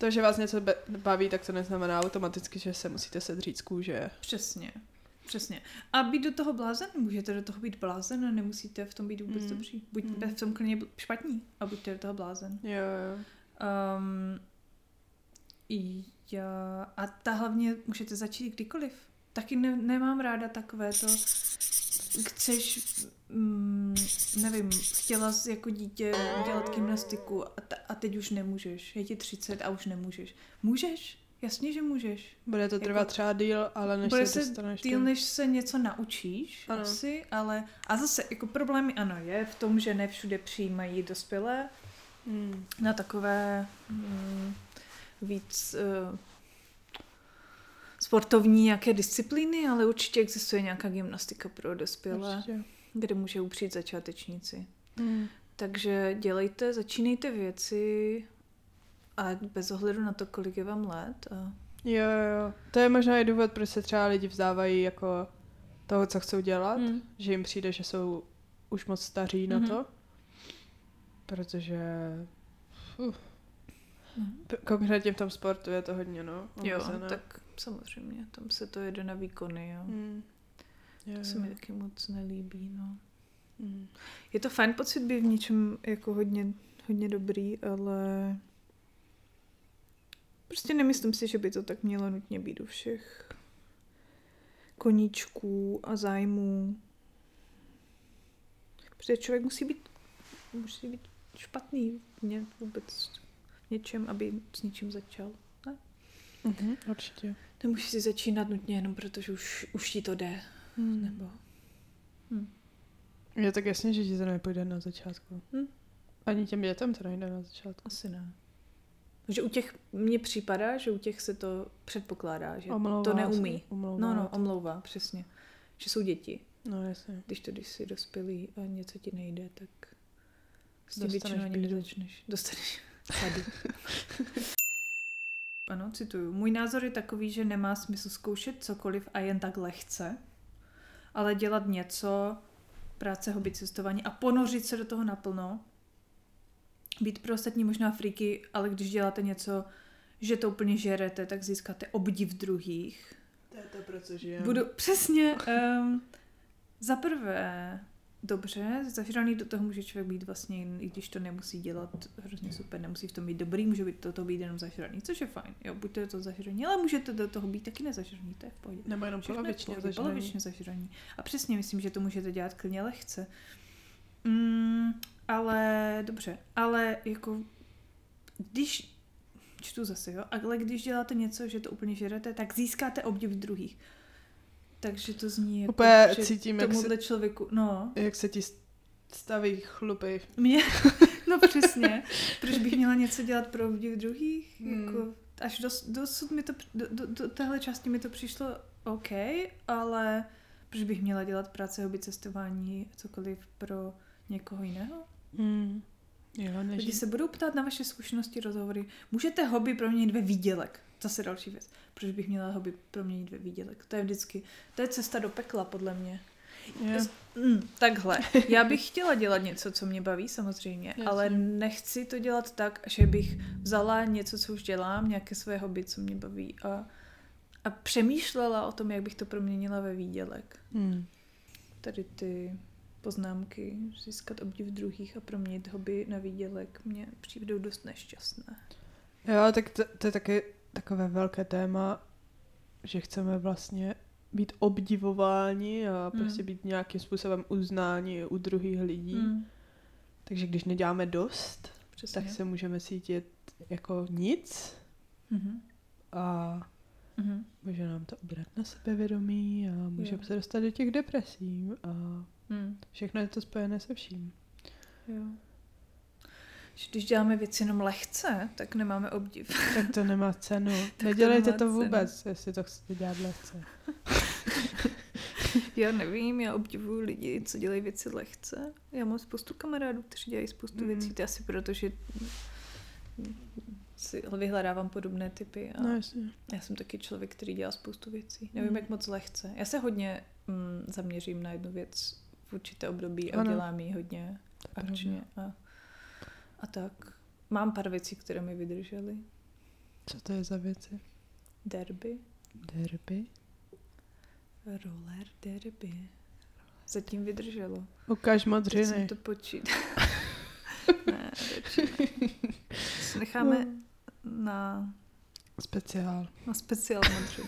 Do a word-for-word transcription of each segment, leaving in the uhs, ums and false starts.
To, že vás něco baví, tak to neznamená automaticky, že se musíte sedřít z kůže. Přesně. Přesně. A být do toho blázen, můžete do toho být blázen a nemusíte v tom být vůbec mm. dobří. Buďte mm. v tom klidně špatní a buďte do toho blázen. Jo, jo. Um, já, a ta hlavně můžete začít kdykoliv. Taky ne, nemám ráda takové to, chceš, mm, nevím, chtěla jsi jako dítě dělat gymnastiku a, ta, a teď už nemůžeš. Je ti třicet a už nemůžeš. Můžeš? Jasně, že můžeš. Bude to trvat jako, třeba díl, ale než bude se dostaneš. Díl, než se něco naučíš, ano. asi, ale a zase, jako problémy ano je v tom, že ne všude přijímají dospělé hmm. na takové hmm, víc uh, sportovní nějaké disciplíny, ale určitě existuje nějaká gymnastika pro dospělé, určitě. Kde může upřít začátečníci. Hmm. Takže dělejte, začínejte věci a bez ohledu na to, kolik je vám let. A... Jo, jo. To je možná i důvod, proč se třeba lidi vzdávají jako toho, co chcou dělat, hmm. že jim přijde, že jsou už moc staří mm-hmm. na to. Protože uh, hmm. konkrétně v tom sportu je to hodně, no. Omezené. Jo, tak samozřejmě, tam se to jede na výkony, jo. Hmm. Jo, to se jo. mi taky moc nelíbí, no. Hmm. Je to fajn pocit být v něčem jako hodně, hodně dobrý, ale prostě nemyslím si, že by to tak mělo nutně být u všech koníčků a zájmů. Protože člověk musí být, musí být špatný v vůbec v něčem, aby s něčím začal. Ne? Mhm, určitě. Nemusí si začínat nutně jenom protože už, už ti to jde. Hmm. Nebo... Hmm. Je tak jasně, že ti to nepůjde na začátku. Hmm. Ani těm dětem to nejde na začátku. Asi ne. Že u těch, mně připadá, že u těch se to předpokládá, že omlouvá to neumí. Omlouvá. No, no, omlouvá, přesně. Že jsou děti. No, jasně. Když to, když jsi dospělý a něco ti nejde, tak s tím většinou ani nezačneš. Dostaneš tady. Ano, cituju. Můj názor je takový, že nemá smysl zkoušet cokoliv a jen tak lehce, ale dělat něco, práce, hobby, cestování a ponořit se do toho naplno. Být pro ostatní možná freaky, ale když děláte něco, že to úplně žerete, tak získáte obdiv druhých. To je to, proč žijem. Budu, přesně. Um, za prvé, dobře, zažraný do toho může člověk být vlastně, i když to nemusí dělat hrozně super, nemusí v tom být dobrý, může být do toho být jenom zažraný, což je fajn. Jo, buďte to zažraný, ale můžete do toho být taky nezažraný, to je v pohodě. Nebo jenom polovičně zažraný. Polovičně zažraný. A přesně myslím, že to můžete dělat klidně lehce. Mm, ale dobře, ale jako když čtu zase, jo, ale když děláte něco, že to úplně žerete, tak získáte obdiv druhých. Takže to zní jako, úplně že cítím, tomuhle jak se, člověku, no. Jak se ti staví chlupy. Mě, no přesně. Proč bych měla něco dělat pro obdiv druhých? Hmm. Jako, až dos, dosud mi to, do, do, do téhle části mi to přišlo OK, ale proč bych měla dělat práce, hobby, cestování, cokoliv pro někoho jiného? Hmm. Jo, Lidi se budou ptát na vaše zkušenosti, rozhovory. Můžete hobby proměnit ve výdělek. Zase další věc. Proč bych měla hobby proměnit ve výdělek? To je vždycky, to je cesta do pekla, podle mě. Yeah. Mm, takhle. Já bych chtěla dělat něco, co mě baví, samozřejmě, Jasně. ale nechci to dělat tak, že bych vzala něco, co už dělám, nějaké své hobby, co mě baví a, a přemýšlela o tom, jak bych to proměnila ve výdělek. Hmm. Tady ty poznámky, získat obdiv druhých a proměnit hobby na výdělek mě přijdou dost nešťastné. Jo, tak to, to je taky takové velké téma, že chceme vlastně být obdivováni a mm. prostě být nějakým způsobem uznáni u druhých lidí. Mm. Takže když neděláme dost, Přesně. tak se můžeme cítit jako nic mm-hmm. a mm-hmm. může nám to ubrat na sebevědomí a můžeme se dostat do těch depresí a mm. všechno je to spojené se vším. Jo. Když děláme věci jenom lehce, tak nemáme obdiv. Tak to nemá cenu. Nedělejte to, to vůbec, cenu. Jestli to chcete dělat lehce. Já nevím, já obdivuju lidi, co dělají věci lehce. Já mám spoustu kamarádů, kteří dělají spoustu mm. věcí. To je asi proto, že si vyhledávám podobné typy. A no, jasně. Já jsem taky člověk, který dělá spoustu věcí. Nevím, mm. jak moc lehce. Já se hodně mm, zaměřím na jednu věc v určité období a ano. dělám ji hodně akčně. A, a tak. Mám pár věcí, které mi vydržely. Co to je za věci? Derby. Derby? Roller derby. Zatím vydrželo. Ukáž Teď modřiny. jsem to počítala. Ne, si necháme No. na, Speciál. na speciál modřiny.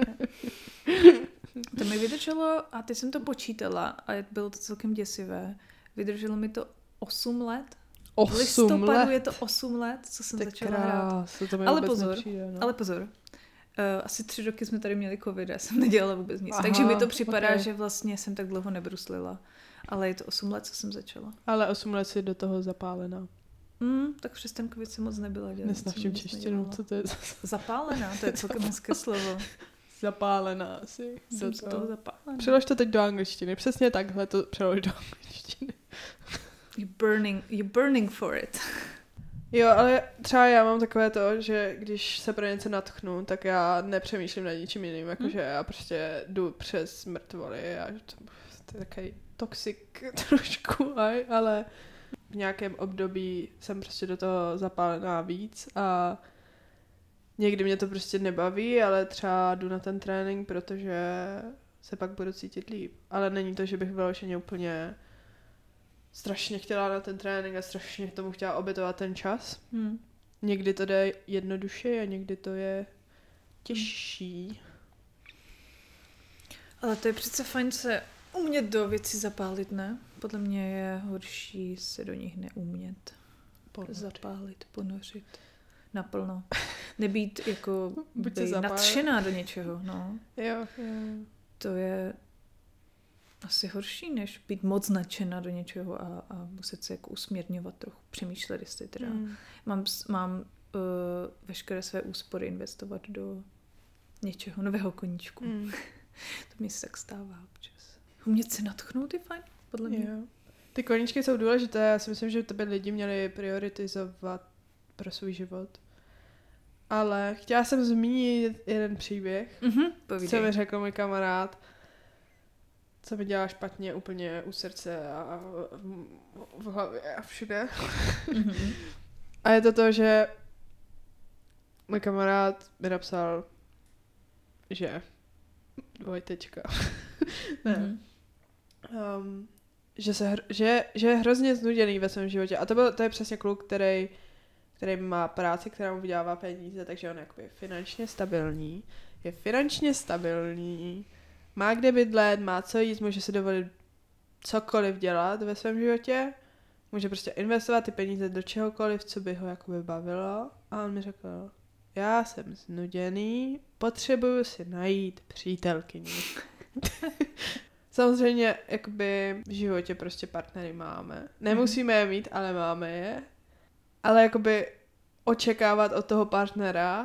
To mi vydrželo, a teď jsem to počítala a bylo to celkem děsivé. Vydrželo mi to osm let. V Osm listopadu let? je to osm let, co jsem Tak začala hrát. krás, to mi Ale vůbec pozor, nepřijde, no. ale pozor. Uh, asi tři roky jsme tady měli covid a jsem nedělala vůbec nic. Aha, Takže mi to připadá, okay. že vlastně jsem tak dlouho nebruslila. Ale je to osm let, co jsem začala. Ale osm let si do toho zapálená. Mm, tak přes ten covid jsem moc nebyla dělat. Nesnavším češtinu, co to je zase? Zapálená, to je celkem hezké slovo. Zapálená asi. Jsem Do z toho toho. zapálená. Přelož to teď do angličtiny. Přesně takhle to přelož do angličtiny. You're burning, you're burning for it. Jo, ale třeba já mám takové to, že když se pro něco natchnu, tak já nepřemýšlím nad ničím jiným, jakože Hmm. já prostě jdu přes mrtvoly a to, to je takový toxic trošku, aj, ale v nějakém období jsem prostě do toho zapálená víc a někdy mě to prostě nebaví, ale třeba jdu na ten trénink, protože se pak budu cítit líp. Ale není to, že bych vyloženě úplně strašně chtěla na ten trénink a strašně tomu chtěla obětovat ten čas. Hmm. Někdy to jde jednoduše a někdy to je těžší. Ale to je přece fajn se umět do věcí zapálit, ne? Podle mě je horší se do nich neumět. Ponořit. Zapálit, ponořit. Naplno. Nebýt jako Buď se být zapálit. nadšená do něčeho, no. Jo, jo. To je asi horší, než být moc nadšená do něčeho a, a muset se jako usměrňovat trochu, přemýšlet, jestli teda Mm. mám, mám uh, veškeré své úspory investovat do něčeho nového koníčku. Mm. To mi se tak stává občas. Umět se natchnout je fajn, podle mě. Jo. Ty koníčky jsou důležité, já si myslím, že to by lidi měli prioritizovat pro svůj život. Ale chtěla jsem zmínit jeden příběh, Mhm, co povídej. mi řekl můj kamarád, co mi dělá špatně úplně u srdce a v hlavě a všude. Mhm. A je to to, že můj kamarád mi napsal, že dvojtečka. ne. Mhm. Um, že, se, hr- že, že je hrozně znuděný ve svém životě. A to, byl, to je přesně kluk, který, který má práci, která mu vydělává peníze, takže on je jakoby finančně stabilní. Je finančně stabilní, má kde bydlet, má co jíst, může si dovolit cokoliv dělat ve svém životě. Může prostě investovat ty peníze do čehokoliv, co by ho jakoby bavilo. A on mi řekl, já jsem znuděný, potřebuju si najít přítelkyni. Samozřejmě, jakoby v životě prostě partnery máme. Nemusíme je mít, ale máme je. Ale jakoby očekávat od toho partnera,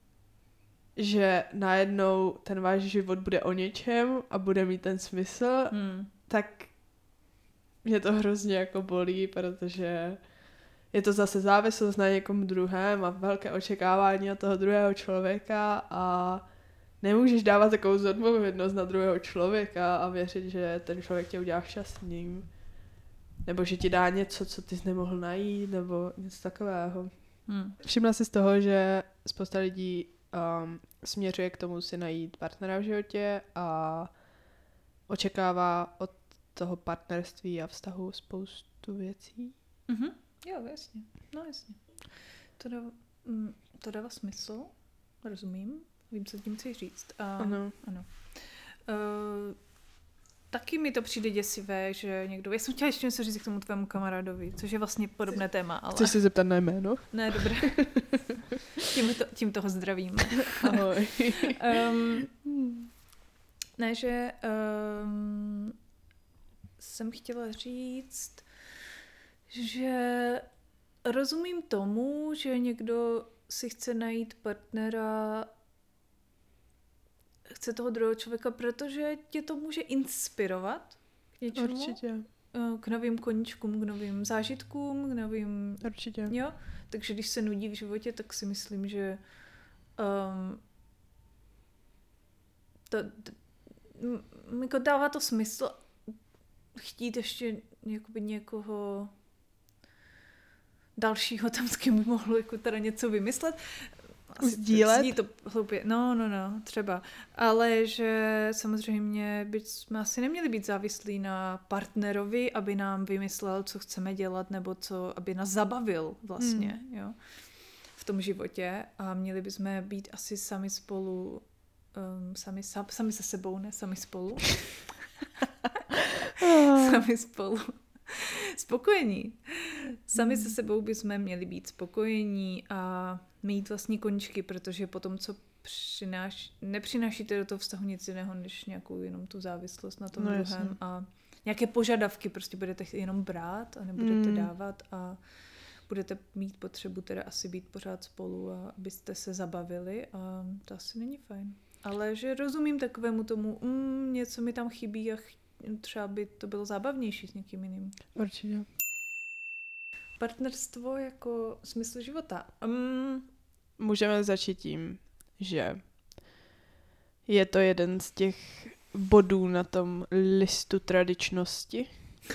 že najednou ten váš život bude o něčem a bude mít ten smysl, Hmm. tak mě to hrozně jako bolí, protože je to zase závislost na někom druhém a velké očekávání od toho druhého člověka a nemůžeš dávat takovou zodpovědnost na druhého člověka a věřit, že ten člověk tě udělá šťastným. Nebo že ti dá něco, co ty jsi nemohl najít, nebo něco takového. Hmm. Všimla jsi z toho, že spousta lidí um, směřuje k tomu si najít partnera v životě a očekává od toho partnerství a vztahu spoustu věcí. Mhm. Jo, jasně. No jasně. To dává, mm, to dává smysl, rozumím. Vím, co tím chci říct. A, Ano. ano. Uh, taky mi to přijde děsivé, že někdo... Já jsem chtěla ještě něco říct k tomu tvému kamarádovi, což je vlastně podobné téma, ale... Chceš se zeptat na jméno? Ne, dobré. tím, to, tím toho zdravím. Ahoj. um, ne, že um, jsem chtěla říct, že rozumím tomu, že někdo si chce najít partnera, chce toho druhého člověka, protože tě to může inspirovat k něčemu. Určitě. K novým koníčkům, k novým zážitkům, k novým... Určitě. Jo? Takže když se nudí v životě, tak si myslím, že um, to, to m, jako dává to smysl chtít ještě jakoby někoho dalšího tam, s kým by mohlo jako teda něco vymyslet. Sdílet? Zní to hloupě. No, no, no, třeba. Ale že samozřejmě bychom asi neměli být závislí na partnerovi, aby nám vymyslel, co chceme dělat, nebo co, aby nás zabavil vlastně, hmm. jo, v tom životě. A měli bychom být asi sami spolu, um, sami, sam, sami se sebou, ne sami spolu. Sami spolu. Spokojení. Sami se sebou bychom měli být spokojení a mít vlastní koníčky, protože potom, co přináš, nepřinášíte do toho vztahu nic jiného, než nějakou jenom tu závislost na tom no, druhém jasně. a nějaké požadavky prostě budete jenom brát a nebudete mm. dávat a budete mít potřebu teda asi být pořád spolu a abyste se zabavili a to asi není fajn. Ale že rozumím takovému tomu, mm, něco mi tam chybí a ch- třeba by to bylo zábavnější s někým jiným. Určitě. Partnerstvo jako smysl života. Um, Můžeme začít tím, že je to jeden z těch bodů na tom listu tradičnosti.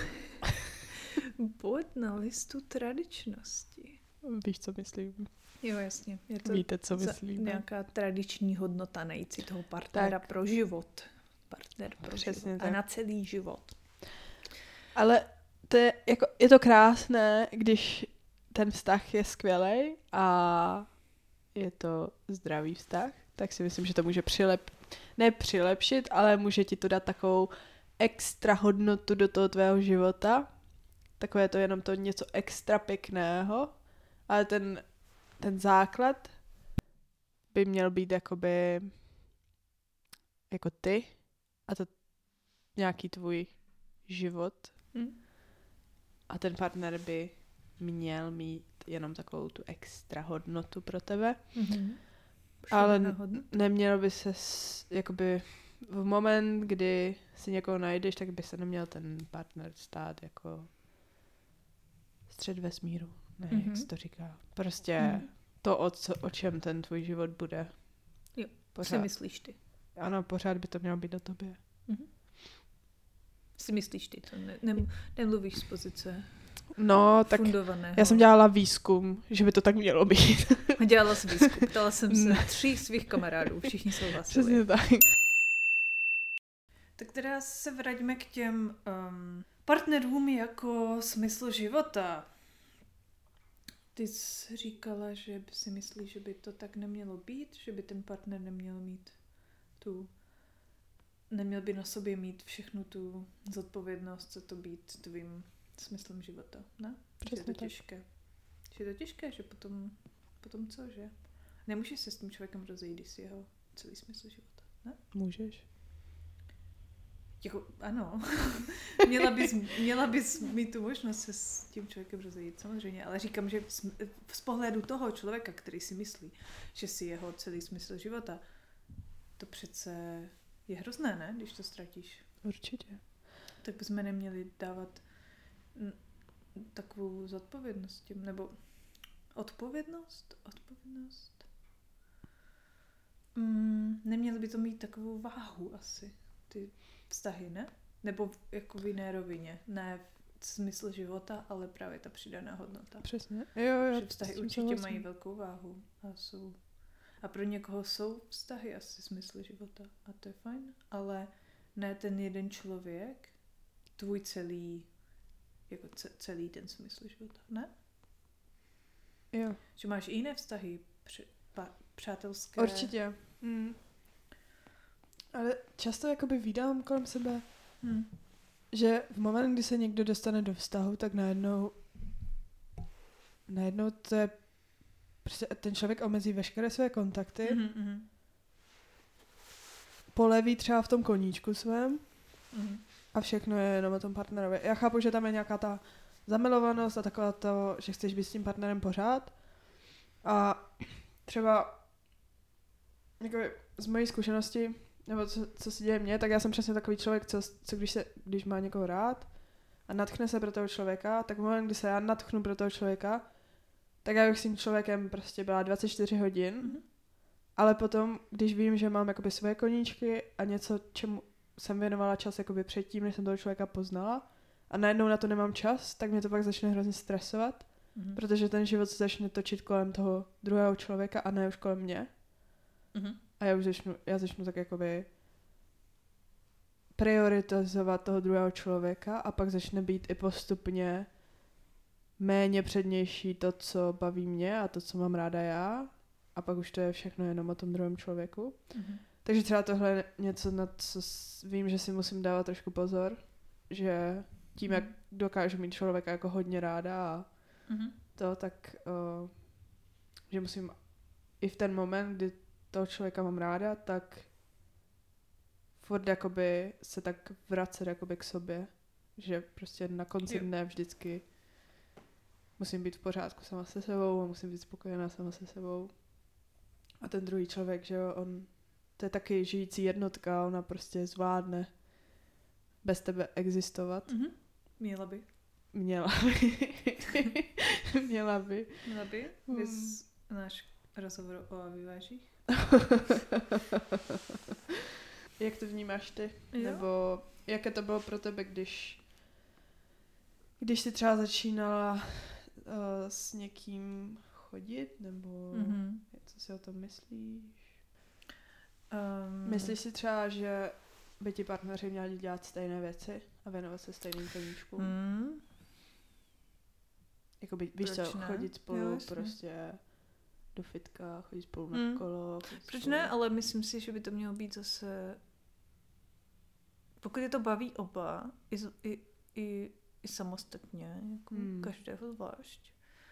Bod na listu tradičnosti. Víš, co myslím? Jo, jasně. Je to Víte, co myslím. Nějaká tradiční hodnota najít si toho partnera tak. pro život. Partner pro Přesně život. Tak. A na celý život. Ale to je, jako, je to krásné, když ten vztah je skvělej a je to zdravý vztah, tak si myslím, že to může přilep, ne přilepšit, ale může ti to dát takovou extra hodnotu do toho tvého života. Takové to jenom to něco extra pěkného, ale ten, ten základ by měl být jakoby jako ty a to nějaký tvůj život. Hmm. A ten partner by měl mít jenom takovou tu extra hodnotu pro tebe. Mm-hmm. Ale neměl by se s, jakoby v moment, kdy si někoho najdeš, tak by se neměl ten partner stát jako střed vesmíru. Ne, mm-hmm. jak se to říká. Prostě mm-hmm. to, o, co, o čem ten tvůj život bude. Jo, pořád. Si myslíš ty. Ano, pořád by to mělo být o tobě. Mm-hmm. Si myslíš ty, to ne, ne, nemluvíš z pozice no, tak fundovaného. Já jsem dělala výzkum, že by to tak mělo být. Dělala jsem výzkum, ptala jsem se tří svých kamarádů, všichni souhlasili. Přesně tak. Tak teda se vraťme k těm um, partnerům jako smysl života. Ty jsi říkala, že si myslíš, že by to tak nemělo být, že by ten partner neměl mít tu, neměl by na sobě mít všechnu tu zodpovědnost, co to být tvým smyslem života, ne? Že je to těžké. Že je to těžké, že potom, potom co, že? Nemůžeš se s tím člověkem rozejít, když si jeho celý smysl života, ne? Můžeš. Jako, ano. měla, bys, měla bys mít tu možnost se s tím člověkem rozejít, samozřejmě, ale říkám, že z pohledu toho člověka, který si myslí, že si jeho celý smysl života, to přece je hrozné, ne? Když to ztratíš. Určitě. Tak bychom neměli dávat takovou zodpovědnost těm, nebo odpovědnost? Odpovědnost? Mm, neměli by to mít takovou váhu asi, ty vztahy, ne? Nebo jako v jiné rovině. Ne v smysl života, ale právě ta přidaná hodnota. Přesně. Jo, jo, že vztahy určitě vlastně mají velkou váhu a jsou. A pro někoho jsou vztahy asi smysl života. A to je fajn. Ale ne ten jeden člověk, tvůj celý jako celý ten smysl života, ne? Jo. Že máš i jiné vztahy, při, pa, přátelské. Určitě. Mm. Ale často jakoby vídám kolem sebe, hmm. že v moment, kdy se někdo dostane do vztahu, tak najednou najednou to je prostě ten člověk omezí veškeré své kontakty, mm-hmm. poleví třeba v tom koníčku svém mm-hmm. a všechno je jenom o tom partnerovi. Já chápu, že tam je nějaká ta zamilovanost a taková to, že chceš být s tím partnerem pořád. A třeba jakoby, z mojí zkušenosti, nebo co, co se děje mně, tak já jsem přesně takový člověk, co, co když, se, když má někoho rád a nadchne se pro toho člověka, tak v moment, kdy se já nadchnu pro toho člověka, tak já bych s tím člověkem prostě byla dvacet čtyři hodin, mm-hmm. ale potom, když vím, že mám jakoby svoje koníčky a něco, čemu jsem věnovala čas jakoby předtím, než jsem toho člověka poznala a najednou na to nemám čas, tak mě to pak začne hrozně stresovat Mm-hmm. Protože ten život se začne točit kolem toho druhého člověka a ne už kolem mě. Mm-hmm. A já už začnu, já začnu tak jakoby prioritizovat toho druhého člověka a pak začne být i postupně méně přednější to, co baví mě a to, co mám ráda já. A pak už to je všechno jenom o tom druhém člověku. Mm-hmm. Takže třeba tohle je něco, na co vím, že si musím dávat trošku pozor, že tím, jak dokážu mít člověka jako hodně ráda a mm-hmm. to, tak uh, že musím i v ten moment, kdy toho člověka mám ráda, tak furt jakoby se tak vracet jakoby k sobě, že prostě na konci jo. dne vždycky musím být v pořádku sama se sebou a musím být spokojená sama se sebou. A ten druhý člověk, že jo, on to je taky žijící jednotka, ona prostě zvládne bez tebe existovat. Mm-hmm. Měla by. Měla by. Měla by. Měla by. Vys náš rozhovor o vyvážích. Jak to vnímáš ty? Jo. Nebo jaké to bylo pro tebe, když když jsi třeba začínala uh, s někým chodit? Nebo mm-hmm. co si o tom myslíš? Um, Myslíš si třeba, že by ti partneři měli dělat stejné věci a věnovat se stejným koníčkům? Mm. Jakoby, víš Proč co, ne? chodit spolu Jo, jasně. prostě do fitka, chodit spolu Mm. na kolo. Proč spolu. ne, ale myslím si, že by to mělo být zase, pokud je to baví oba, i, z- i, i, i samostatně, jako Hmm. každého zvlášť,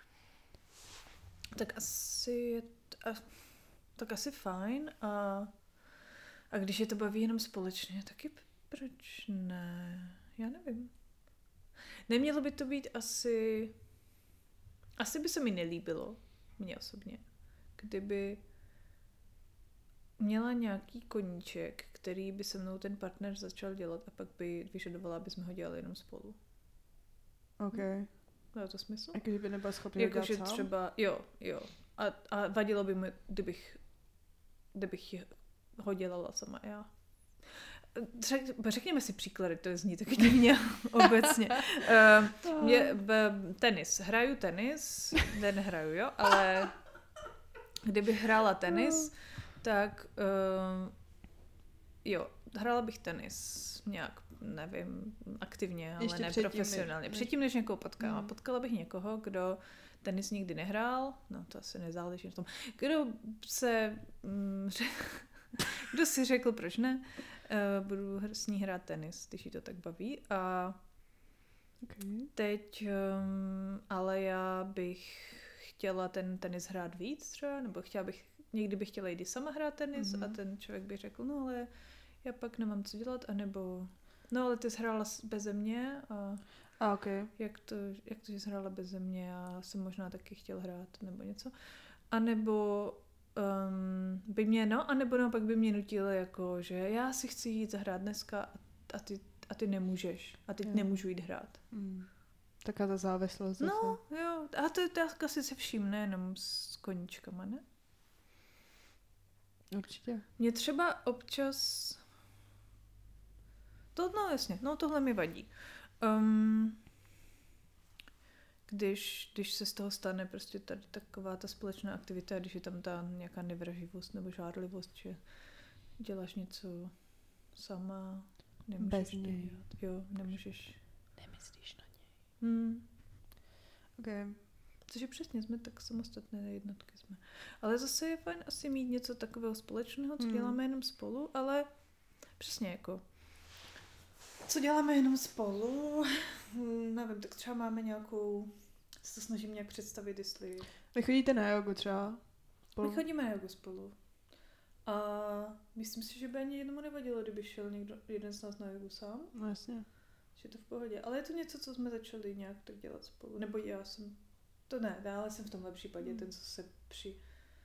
tak asi je t- a, tak asi fajn a, a když je to baví jenom společně, taky p- proč ne? Já nevím. Nemělo by to být asi, asi by se mi nelíbilo, mně osobně, kdyby měla nějaký koníček, který by se mnou ten partner začal dělat a pak by vyžadovala, aby jsme ho dělali jenom spolu. OK. Má to smysl? Jakože by nebyl schopný to Jakože dělat sám? třeba, jo, jo. A, a vadilo by mi, kdybych, kdybych ho dělala sama já. Řek, řekněme si příklady, to zní tak divně obecně. Uh, mě, b, tenis. Hraju tenis, ne, nehraju, jo, ale kdybych hrála tenis, tak uh, jo, hrála bych tenis nějak, nevím, aktivně, ale Ještě ne předtím, profesionálně. než- Předtím, než někoho potkám. Mm. A potkala bych někoho, kdo tenis nikdy nehrál, no to asi nezáleží na tom, kdo se, mm, kdo si řekl, proč ne, uh, budu s ní hrát tenis, když jí to tak baví. A Okay. teď, um, ale já bych chtěla ten tenis hrát víc třeba, nebo chtěla bych, někdy bych chtěla jít i sama hrát tenis Mhm. a ten člověk by řekl, no ale já pak nemám co dělat, anebo no ale ty jsi hrála s- beze mě a A OK. jak to, jak to, že jsi hrála beze mě, já jsem možná taky chtěl hrát, nebo něco. A nebo um, by mě, no, a nebo naopak by mě nutilo jako, že já si chci jít zahrát dneska a, a, ty, a ty nemůžeš. A teď Jo. nemůžu jít hrát. Mm. Taká ta závislost zase. No, jo. A to je tak asi se vším, nejenom s koníčkama, ne? Určitě. Mně třeba občas... To, no jasně, no tohle mi vadí. Um, když, když se z toho stane prostě tady taková ta společná aktivita, když je tam ta nějaká nevraživost nebo žádlivost, že děláš něco sama, nemůžeš Bez to něj. dělat. Jo, nemůžeš. Nemyslíš na něj. Hmm. OK. Cože přesně, jsme tak samostatné jednotky jsme. Ale zase je fajn asi mít něco takového společného, co Hmm. děláme jenom spolu, ale přesně jako co děláme jenom spolu, hm, nevím, tak třeba máme nějakou, se to snažím nějak představit, jestli... Vy chodíte na jogu třeba? Spolu? My chodíme na jogu spolu. A myslím si, že by ani jednomu nevadilo, kdyby šel někdo, jeden z nás na jogu sám. No jasně. Že je to v pohodě. Ale je to něco, co jsme začali nějak tak dělat spolu. Nebo já jsem... To ne, dále jsem v tomhle případě Hmm. ten, co se při...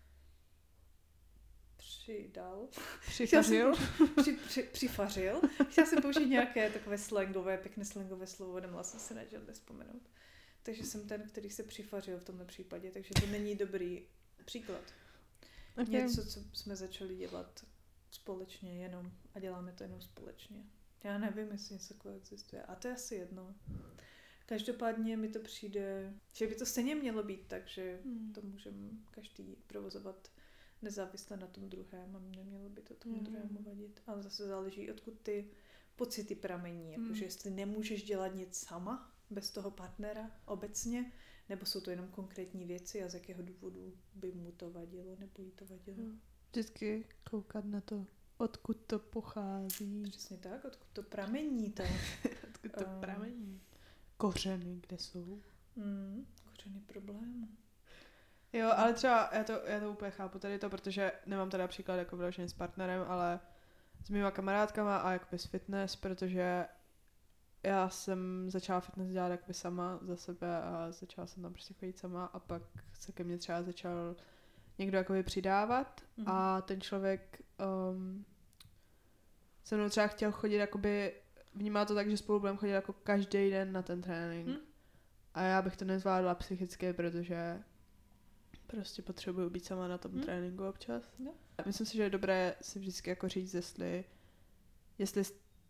přidal. Přifařil? Při, při, přifařil. Chtěla jsem použít nějaké takové slangové, pěkné slangové slovo, nemohla jsem se na žádné vzpomenout. Takže jsem ten, který se přifařil v tomhle případě, takže to není dobrý příklad. Okay. Něco, co jsme začali dělat společně jenom a děláme to jenom společně. Já nevím, jestli něco takového existuje. A to je asi jedno. Každopádně mi to přijde, že by to stejně mělo být tak, že Hmm. to můžeme každý provozovat nezávisle na tom druhém a nemělo by to tomu Hmm. druhému vadit. Ale zase záleží, odkud ty pocity pramení. Jakože Hmm. jestli nemůžeš dělat nic sama, bez toho partnera obecně, nebo jsou to jenom konkrétní věci a z jakého důvodu by mu to vadilo nebo jí to vadilo. Hmm. Vždycky koukat na to, odkud to pochází. Přesně tak, odkud to pramení. To, Odkud to Um. pramení. Kořeny, kde jsou. mm, kořeny problému. Jo, ale třeba já to, já to úplně chápu tady to, protože nemám teda příklad jako vyložený s partnerem, ale s mýma kamarádkama a jakoby s fitness, protože já jsem začala fitness dělat jakoby sama za sebe a začala jsem tam prostě chodit sama a pak se ke mně třeba začal někdo jakoby přidávat Mhm. a ten člověk um, se mnou třeba chtěl chodit jakoby, vnímá to tak, že spolu budeme chodit jako každý den na ten trénink. Hm? A já bych to nezvládla psychicky, protože prostě potřebuju být sama na tom Hmm. tréninku občas. No. Myslím si, že je dobré si vždycky jako říct, jestli, jestli,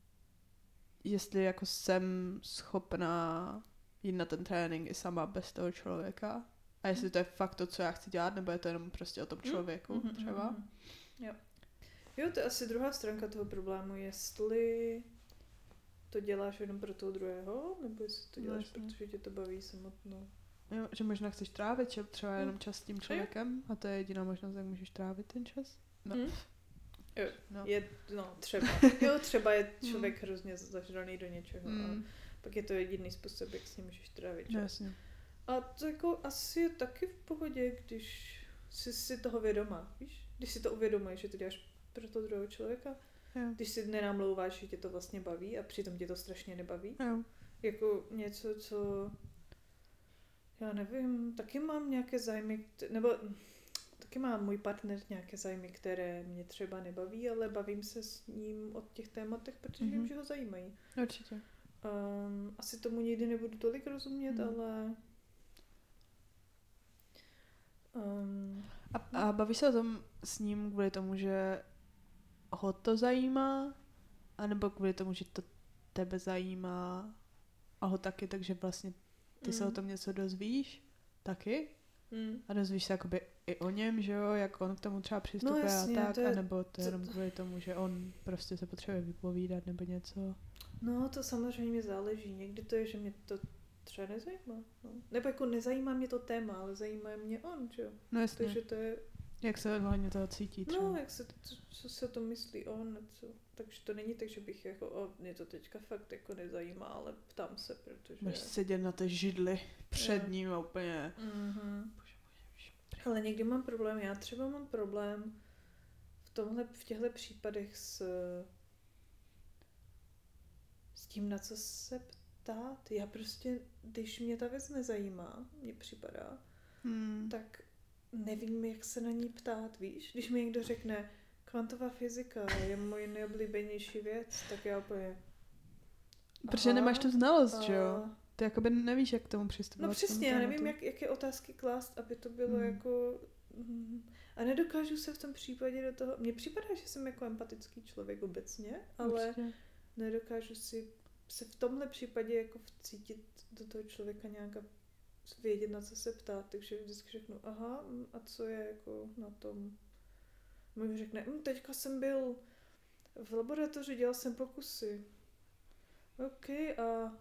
jestli jako jsem schopná jít na ten trénink i sama bez toho člověka. A jestli to je fakt to, co já chci dělat, nebo je to jenom prostě o tom člověku Mhm, třeba. mhm, Jo. Jo, to je asi druhá stránka toho problému, jestli to děláš jenom pro toho druhého, nebo jestli to No, děláš, jasně. protože tě to baví samotnou. Jo, že možná chceš trávit ča- třeba jenom čas s tím jo. člověkem a to je jediná možnost, jak můžeš trávit ten čas. No. Hm? Jo, No. je, no třeba. Jo, třeba je člověk hrozně zažraný do něčeho a Mm. pak je to jediný způsob, jak s ním můžeš trávit No, čas. jasně. A to jako asi je taky v pohodě, když jsi si toho vědomá, víš? Když si to uvědomuješ, že to děláš pro toho druhého člověka, Jo. když si nenamlouváš, že tě to vlastně baví a přitom tě to strašně nebaví. Jo. Jako něco, co já nevím, taky mám nějaké zájmy, kt- nebo taky má můj partner nějaké zájmy, které mě třeba nebaví, ale bavím se s ním o těch tématech, protože Mhm. vím, že ho zajímají. Určitě. Um, asi tomu nikdy nebudu tolik rozumět, Mhm. ale um, A, a bavíš se o tom s ním kvůli tomu, že ho to zajímá, anebo kvůli tomu, že to tebe zajímá a ho taky, takže vlastně ty se Mm. o tom něco dozvíš taky mm, a dozvíš se jakoby i o něm, že jo, jak on k tomu třeba přistupuje jasně, a tak, to je- anebo to to- je jenom kvůli tomu, že on prostě se potřebuje vypovídat nebo něco. no to samozřejmě záleží. Někdy to je, že mě to třeba nezajímá. No. Nebo jako nezajímá mě to téma, ale zajímá mě on, že jo. No jasně, Takže to je, jak se hlavně toho cítí třeba. no jak se, co, co se to myslí on, co. Takže to není tak, že bych jako, o, mě to teďka fakt jako nezajímá, ale ptám se, protože... Máš sedět na té židli před Jo. ním a úplně... Mhm. Ale někdy mám problém, já třeba mám problém v tomhle, v těchto případech s, s tím, na co se ptát. Já prostě, když mě ta věc nezajímá, mně připadá, Hmm. tak nevím, jak se na ní ptát, víš? Když mi někdo řekne, kvantová fyzika je moje nejoblíbenější věc, tak já úplně... Protože aha, nemáš tu znalost, že jo? a- Ty jakoby nevíš, jak k tomu přistupovat. No k tomu přesně, já nevím, tématu. jak, jaké otázky klást, aby to bylo Hmm. jako... mm, A nedokážu se v tom případě do toho... Mně připadá, že jsem jako empatický člověk obecně, ale Určitě. nedokážu si se v tomhle případě jako vcítit do toho člověka nějak a vědět, na co se ptát. Takže vždycky řeknu, aha, mm, a co je jako na tom? Můj řekne, hm, teďka jsem byl v laboratoři, dělal jsem pokusy. OK, a...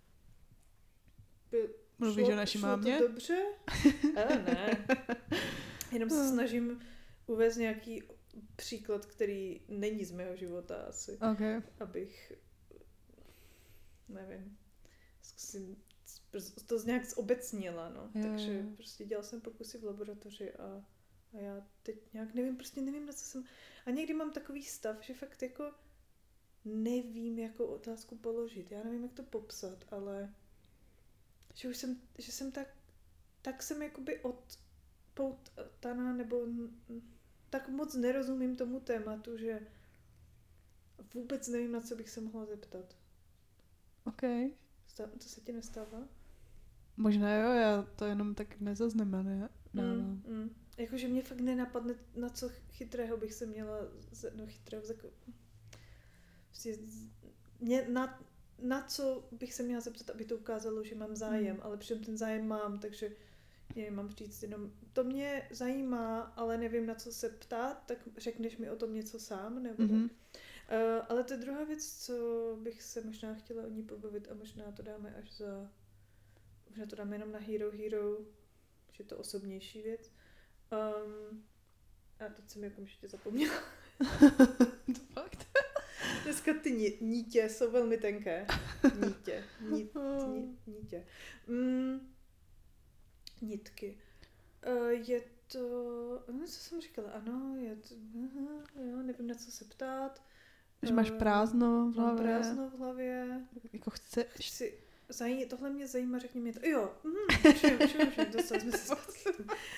Byl, Mluvíš šlo, o naší šlo mámě? to dobře? Ale ne. Jenom se snažím uvést nějaký příklad, který není z mého života asi, Ok. abych, nevím, zkusím to nějak zobecnila, no. Jo, Takže jo. prostě dělal jsem pokusy v laboratoři a, a já teď nějak nevím, prostě nevím, na co jsem... A někdy mám takový stav, že fakt jako nevím, jakou otázku položit. Já nevím, jak to popsat, ale že už jsem, že jsem tak, tak jsem jakoby odpoutaná, nebo n- tak moc nerozumím tomu tématu, že vůbec nevím, na co bych se mohla zeptat. Ok. Stá- To se ti nestává? Možná jo, já to jenom tak nezaznamené. dávám. Mm, mm. Jakože mě fakt nenapadne, na co chytrého bych se měla, z- no chytrého, zako... prostě z- mě na, na co bych se měla zeptat, aby to ukázalo, že mám zájem, mm. ale přitom ten zájem mám, takže nevím, mám říct jenom, to mě zajímá, ale nevím, na co se ptát, tak řekneš mi o tom něco sám, nebo mm-hmm. uh, ale to je druhá věc, co bych se možná chtěla o ní pobavit a možná to dáme až za, možná to dáme jenom na Hero Hero, že je to osobnější věc. Um, a teď jsem jako ještě zapomněla. To fakt? Dneska ty nítě jsou velmi tenké. Nítě. Nít, ní, nítě. Mm, nitky. Uh, je to... No, co jsem říkala? Ano, je to... Aha, jo, nevím, na co se ptát. Že máš prázdno v hlavě. Mám prázdno v hlavě. Jako chceš... Chci... Zaj... Tohle mě zajímá, řekni mi to. Jo, mm, všem, všem, všem, dostali jsme se zpátky.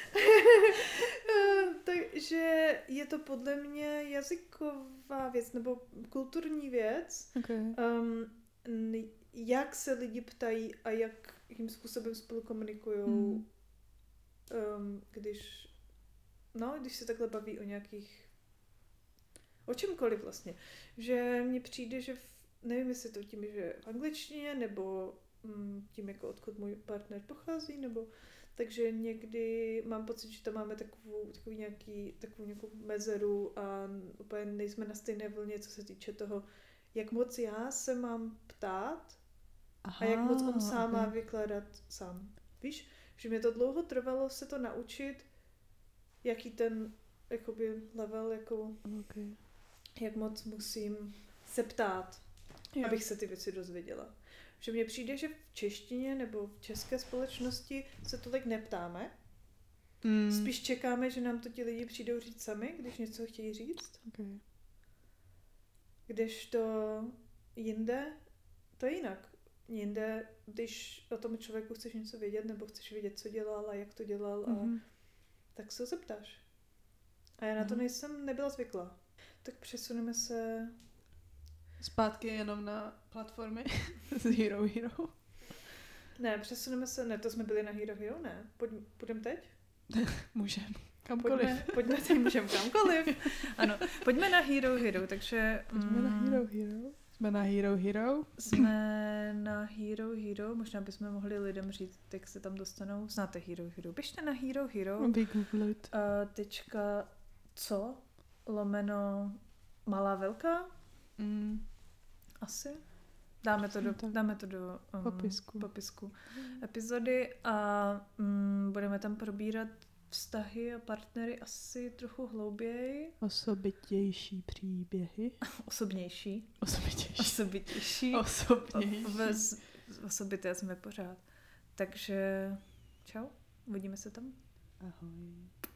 Takže je to podle mě jazyková věc, nebo kulturní věc. Okay. Um, jak se lidi ptají a jak, jakým způsobem spolu komunikují, hmm. um, když, no, když se takhle baví o nějakých, o čemkoliv vlastně. Že mně přijde, že, v, nevím, jestli to tím, že v angličtině, nebo um, tím, jako odkud můj partner pochází, nebo takže někdy mám pocit, že tam máme takovou, takový nějaký, takovou nějakou mezeru a úplně nejsme na stejné vlně, co se týče toho, jak moc já se mám ptát Aha, a jak moc on sám okay. má vykládat sám. Víš, že mě to dlouho trvalo se to naučit, jaký ten jakoby level, jako, okay. jak moc musím se ptát, jo. abych se ty věci dozvěděla. Že mně přijde, že v češtině nebo v české společnosti se tolik neptáme. Mm. Spíš čekáme, že nám to ti lidi přijdou říct sami, když něco chtějí říct. Okay. Kdežto jinde, to je jinak. Jinde, když o tom člověku chceš něco vědět, nebo chceš vědět, co dělal a jak to dělal, mm-hmm. a tak se ho zeptáš. A já na to nejsem, nebyla zvyklá. Tak přesuneme se... Zpátky jenom na platformy z Hero Hero. Ne, přesuneme se, ne, to jsme byli na Hero Hero, ne. Pojď, půjdeme teď? Můžeme, kamkoliv. Pojďme, pojďme teď, můžeme kamkoliv. Ano, pojďme na Hero Hero, takže... Pojďme mm, na Hero Hero. Jsme na Hero Hero. Jsme na Hero Hero, možná bychom mohli lidem říct, jak se tam dostanou. Znáte Hero Hero. Běžte na Hero Hero. Vygooglit. Uh, tečka co? Lomeno malá velká? Mm. Asi. Dáme to do, dáme to do um, popisku. popisku epizody a um, budeme tam probírat vztahy a partnery asi trochu hlouběji. Osobitější příběhy. Osobnější. Osobitější. Osobitější. Osobnější. O, osobité jsme pořád. Takže čau, uvidíme se tam. Ahoj.